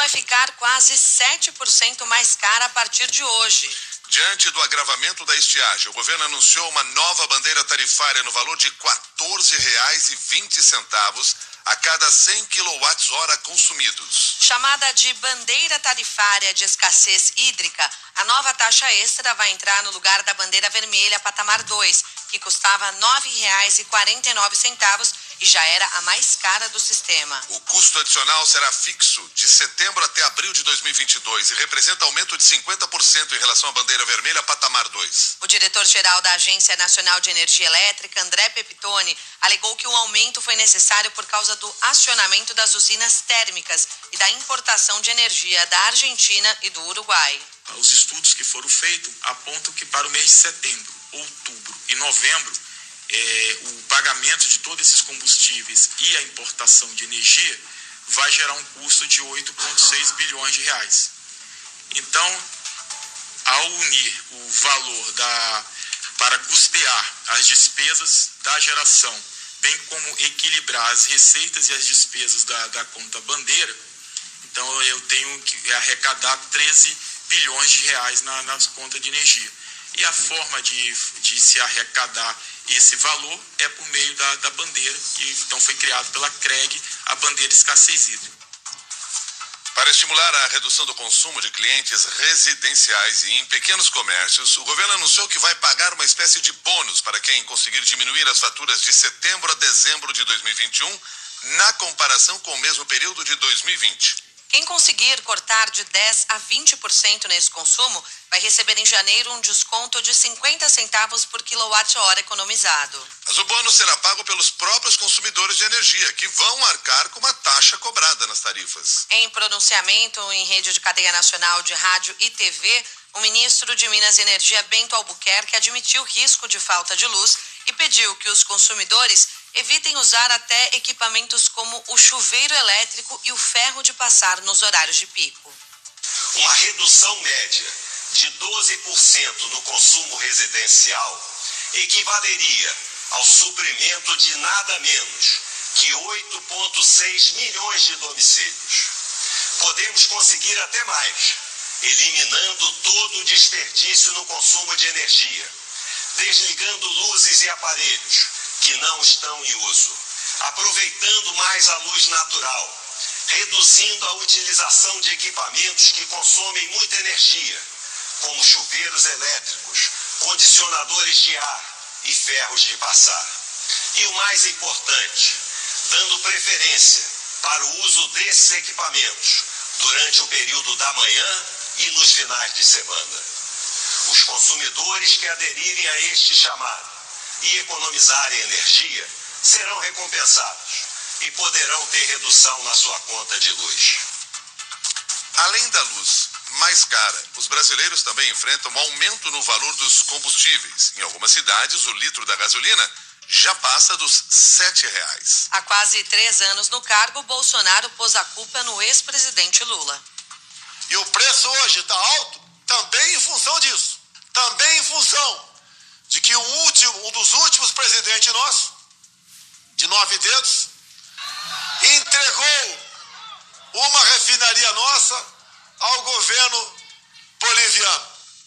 vai ficar quase 7% mais cara a partir de hoje. Diante do agravamento da estiagem, o governo anunciou uma nova bandeira tarifária no valor de R$ 14,20 a cada 100 kWh consumidos. Chamada de bandeira tarifária de escassez hídrica, a nova taxa extra vai entrar no lugar da bandeira vermelha patamar 2, que custava R$ 9,49 e já era a mais cara do sistema. O custo adicional será fixo de setembro até abril de 2022 e representa aumento de 50% em relação à bandeira vermelha patamar 2. O diretor-geral da Agência Nacional de Energia Elétrica, André Pepitone, alegou que o aumento foi necessário por causa do acionamento das usinas térmicas e da importação de energia da Argentina e do Uruguai. Os estudos que foram feitos apontam que para o mês de setembro, outubro e novembro, o pagamento de todos esses combustíveis e a importação de energia vai gerar um custo de 8,6 bilhões de reais. Então, ao unir o valor para custear as despesas da geração, bem como equilibrar as receitas e as despesas da conta bandeira, então eu tenho que arrecadar 13 bilhões de reais nas contas de energia. E a forma de se arrecadar esse valor é por meio da bandeira, que então foi criado pela CREG, a bandeira escassez hídrica. Para estimular a redução do consumo de clientes residenciais e em pequenos comércios, o governo anunciou que vai pagar uma espécie de bônus para quem conseguir diminuir as faturas de setembro a dezembro de 2021, na comparação com o mesmo período de 2020. Quem conseguir cortar de 10% a 20% nesse consumo vai receber em janeiro um desconto de 50 centavos por quilowatt-hora economizado. Mas o bônus será pago pelos próprios consumidores de energia, que vão arcar com uma taxa cobrada nas tarifas. Em pronunciamento em rede de cadeia nacional de rádio e TV, o ministro de Minas e Energia, Bento Albuquerque, admitiu risco de falta de luz e pediu que os consumidores evitem usar até equipamentos como o chuveiro elétrico e o ferro de passar nos horários de pico. Uma redução média de 12% no consumo residencial equivaleria ao suprimento de nada menos que 8,6 milhões de domicílios. Podemos conseguir até mais, eliminando todo o desperdício no consumo de energia, desligando luzes e aparelhos que não estão em uso, aproveitando mais a luz natural, reduzindo a utilização de equipamentos que consomem muita energia, como chuveiros elétricos, condicionadores de ar e ferros de passar. E o mais importante, dando preferência para o uso desses equipamentos durante o período da manhã e nos finais de semana. Os consumidores que aderirem a este chamado e economizarem energia serão recompensados e poderão ter redução na sua conta de luz. Além da luz mais cara, os brasileiros também enfrentam um aumento no valor dos combustíveis. Em algumas cidades, o litro da gasolina já passa dos R$ 7,00. Há quase 3 anos no cargo, Bolsonaro pôs a culpa no ex-presidente Lula. E o preço hoje está alto também em função disso. Também em função de que um dos últimos presidentes nossos, de 9 dedos, entregou uma refinaria nossa ao governo boliviano.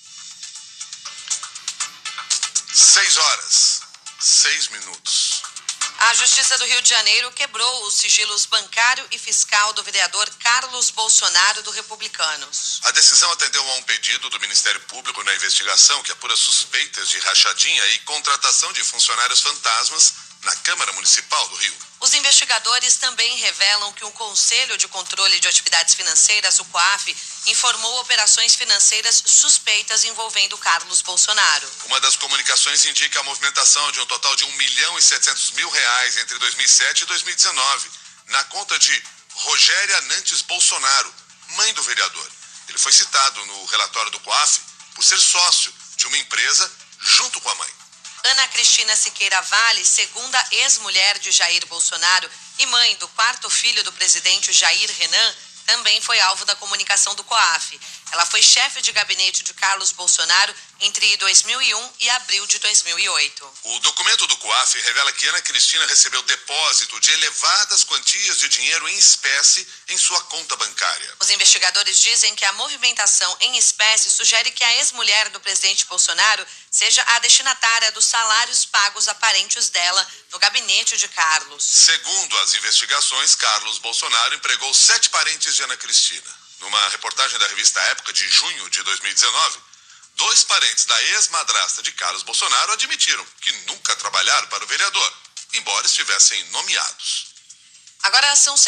6h06. A Justiça do Rio de Janeiro quebrou os sigilos bancário e fiscal do vereador Carlos Bolsonaro, do Republicanos. A decisão atendeu a um pedido do Ministério Público na investigação que apura suspeitas de rachadinha e contratação de funcionários fantasmas na Câmara Municipal do Rio. Os investigadores também revelam que o Conselho de Controle de Atividades Financeiras, o COAF, informou operações financeiras suspeitas envolvendo Carlos Bolsonaro. Uma das comunicações indica a movimentação de um total de R$1.700.000 entre 2007 e 2019, na conta de Rogéria Nantes Bolsonaro, mãe do vereador. Ele foi citado no relatório do COAF por ser sócio de uma empresa junto com a mãe. Ana Cristina Siqueira Vale, segunda ex-mulher de Jair Bolsonaro e mãe do 4º filho do presidente Jair Renan, também foi alvo da comunicação do COAF. Ela foi chefe de gabinete de Carlos Bolsonaro entre 2001 e abril de 2008. O documento do COAF revela que Ana Cristina recebeu depósito de elevadas quantias de dinheiro em espécie em sua conta bancária. Os investigadores dizem que a movimentação em espécie sugere que a ex-mulher do presidente Bolsonaro seja a destinatária dos salários pagos a parentes dela no gabinete de Carlos. Segundo as investigações, Carlos Bolsonaro empregou 7 parentes de Ana Cristina. Numa reportagem da revista Época de junho de 2019, 2 parentes da ex-madrasta de Carlos Bolsonaro admitiram que nunca trabalharam para o vereador, embora estivessem nomeados. Agora são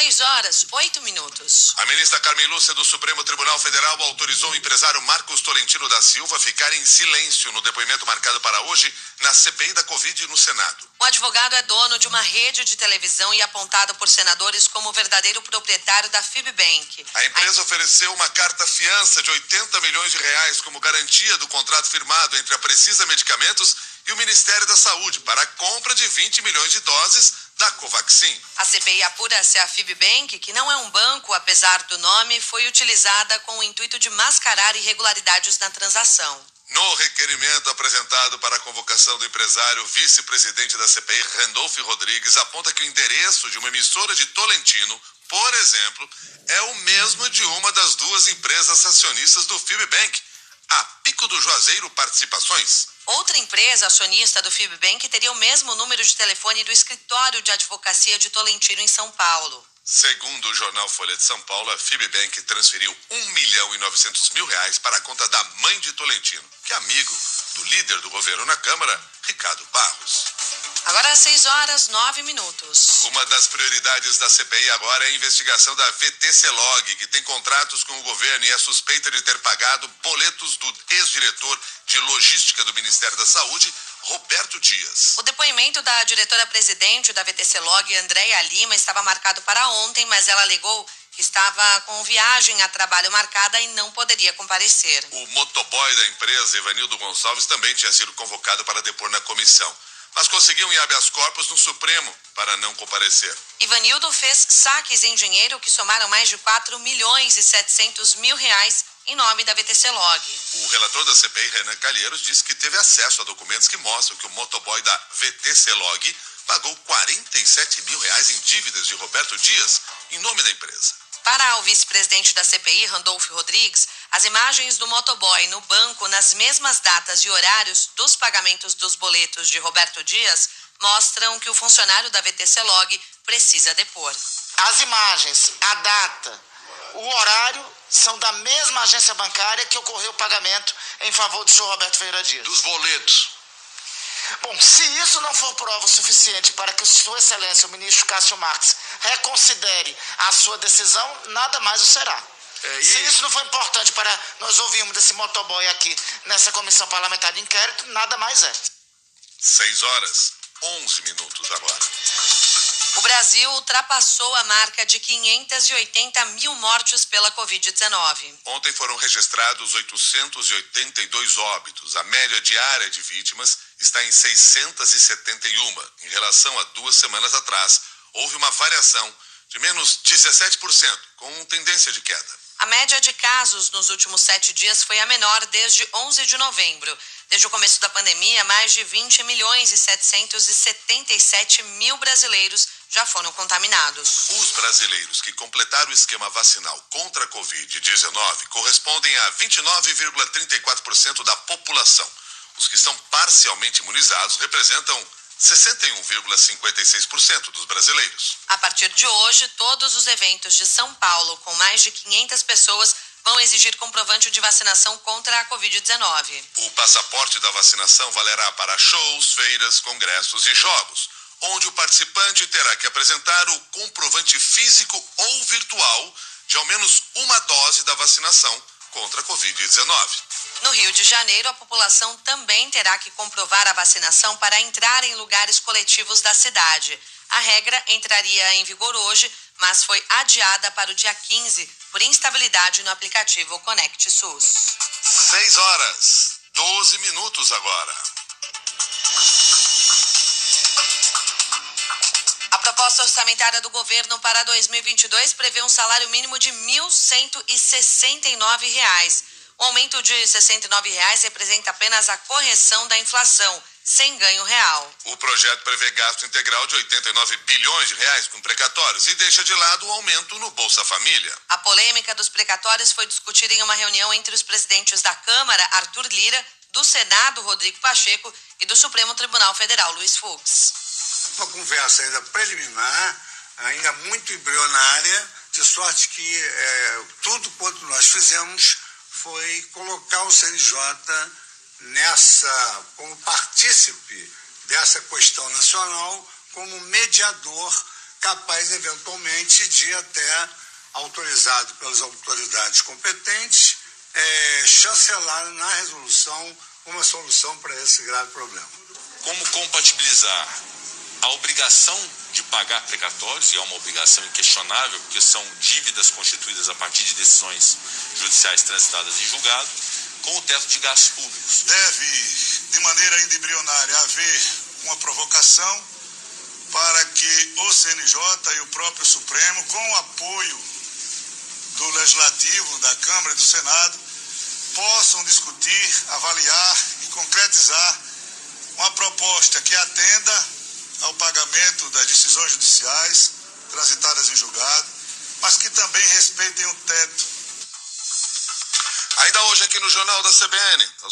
6h08. A ministra Carmen Lúcia do Supremo Tribunal Federal autorizou o empresário Marcos Tolentino da Silva a ficar em silêncio no depoimento marcado para hoje na CPI da Covid no Senado. O advogado é dono de uma rede de televisão e apontado por senadores como o verdadeiro proprietário da Fibbank. A empresa ofereceu uma carta-fiança de 80 milhões de reais como garantia do contrato firmado entre a Precisa Medicamentos e o Ministério da Saúde para a compra de 20 milhões de doses da Covaxin. A CPI apura se a Fibbank, que não é um banco, apesar do nome, foi utilizada com o intuito de mascarar irregularidades na transação. No requerimento apresentado para a convocação do empresário, vice-presidente da CPI, Randolfo Rodrigues, aponta que o endereço de uma emissora de Tolentino, por exemplo, é o mesmo de uma das 2 empresas acionistas do Fibbank, a Pico do Juazeiro Participações. Outra empresa acionista do Fibbank teria o mesmo número de telefone do escritório de advocacia de Tolentino em São Paulo. Segundo o jornal Folha de São Paulo, a Fibbank transferiu R$1.900.000 para a conta da mãe de Tolentino, que é amigo do líder do governo na Câmara, Ricardo Barros. Agora 6h09. Uma das prioridades da CPI agora é a investigação da VTC-Log, que tem contratos com o governo e é suspeita de ter pagado boletos do ex-diretor de logística do Ministério da Saúde, Roberto Dias. O depoimento da diretora-presidente da VTC-Log, Andréia Lima, estava marcado para ontem, mas ela alegou que estava com viagem a trabalho marcada e não poderia comparecer. O motoboy da empresa, Ivanildo Gonçalves, também tinha sido convocado para depor na comissão, mas conseguiu em habeas corpus no Supremo para não comparecer. Ivanildo fez saques em dinheiro que somaram mais de R$4.700.000 em nome da VTC-Log. O relator da CPI, Renan Calheiros, disse que teve acesso a documentos que mostram que o motoboy da VTC-Log pagou R$47.000 em dívidas de Roberto Dias em nome da empresa. Para o vice-presidente da CPI, Randolfo Rodrigues, as imagens do motoboy no banco nas mesmas datas e horários dos pagamentos dos boletos de Roberto Dias mostram que o funcionário da VTC-Log precisa depor. As imagens, a data, o horário são da mesma agência bancária que ocorreu o pagamento em favor do senhor Roberto Ferreira Dias. Dos boletos. Bom, se isso não for prova suficiente para que Sua Excelência, o ministro Cássio Marques, reconsidere a sua decisão, nada mais o será. Se isso não for importante para nós ouvirmos desse motoboy aqui nessa comissão parlamentar de inquérito, nada mais é. 6h11 agora. O Brasil ultrapassou a marca de 580 mil mortes pela Covid-19. Ontem foram registrados 882 óbitos. A média diária de vítimas está em 671. Em relação a 2 semanas atrás, houve uma variação de menos 17%, com tendência de queda. A média de casos nos últimos 7 dias foi a menor desde 11 de novembro. Desde o começo da pandemia, mais de 20.777.000 brasileiros já foram contaminados. Os brasileiros que completaram o esquema vacinal contra a Covid-19 correspondem a 29,34% da população. Os que estão parcialmente imunizados representam 61,56% dos brasileiros. A partir de hoje, todos os eventos de São Paulo com mais de 500 pessoas vão exigir comprovante de vacinação contra a Covid-19. O passaporte da vacinação valerá para shows, feiras, congressos e jogos, onde o participante terá que apresentar o comprovante físico ou virtual de ao menos uma dose da vacinação contra a Covid-19. No Rio de Janeiro, a população também terá que comprovar a vacinação para entrar em lugares coletivos da cidade. A regra entraria em vigor hoje, mas foi adiada para o dia 15 por instabilidade no aplicativo Conect SUS. 6h12 agora. A proposta orçamentária do governo para 2022 prevê um salário mínimo de R$ 1.169. O aumento de R$ 69 representa apenas a correção da inflação, sem ganho real. O projeto prevê gasto integral de 89 bilhões de reais com precatórios e deixa de lado o aumento no Bolsa Família. A polêmica dos precatórios foi discutida em uma reunião entre os presidentes da Câmara, Arthur Lira, do Senado, Rodrigo Pacheco, e do Supremo Tribunal Federal, Luiz Fux. Uma conversa ainda preliminar, ainda muito embrionária, de sorte que tudo quanto nós fizemos foi colocar o CNJ como partícipe dessa questão nacional, como mediador capaz, eventualmente, de até, autorizado pelas autoridades competentes, chancelar na resolução uma solução para esse grave problema. Como compatibilizar a obrigação de pagar precatórios, e é uma obrigação inquestionável, porque são dívidas constituídas a partir de decisões judiciais transitadas em julgado, com o teto de gastos públicos. Deve, de maneira ainda embrionária, haver uma provocação para que o CNJ e o próprio Supremo, com o apoio do Legislativo, da Câmara e do Senado, possam discutir, avaliar e concretizar uma proposta que atenda ao pagamento das decisões judiciais transitadas em julgado, mas que também respeitem o teto. Ainda hoje aqui no Jornal da CBN.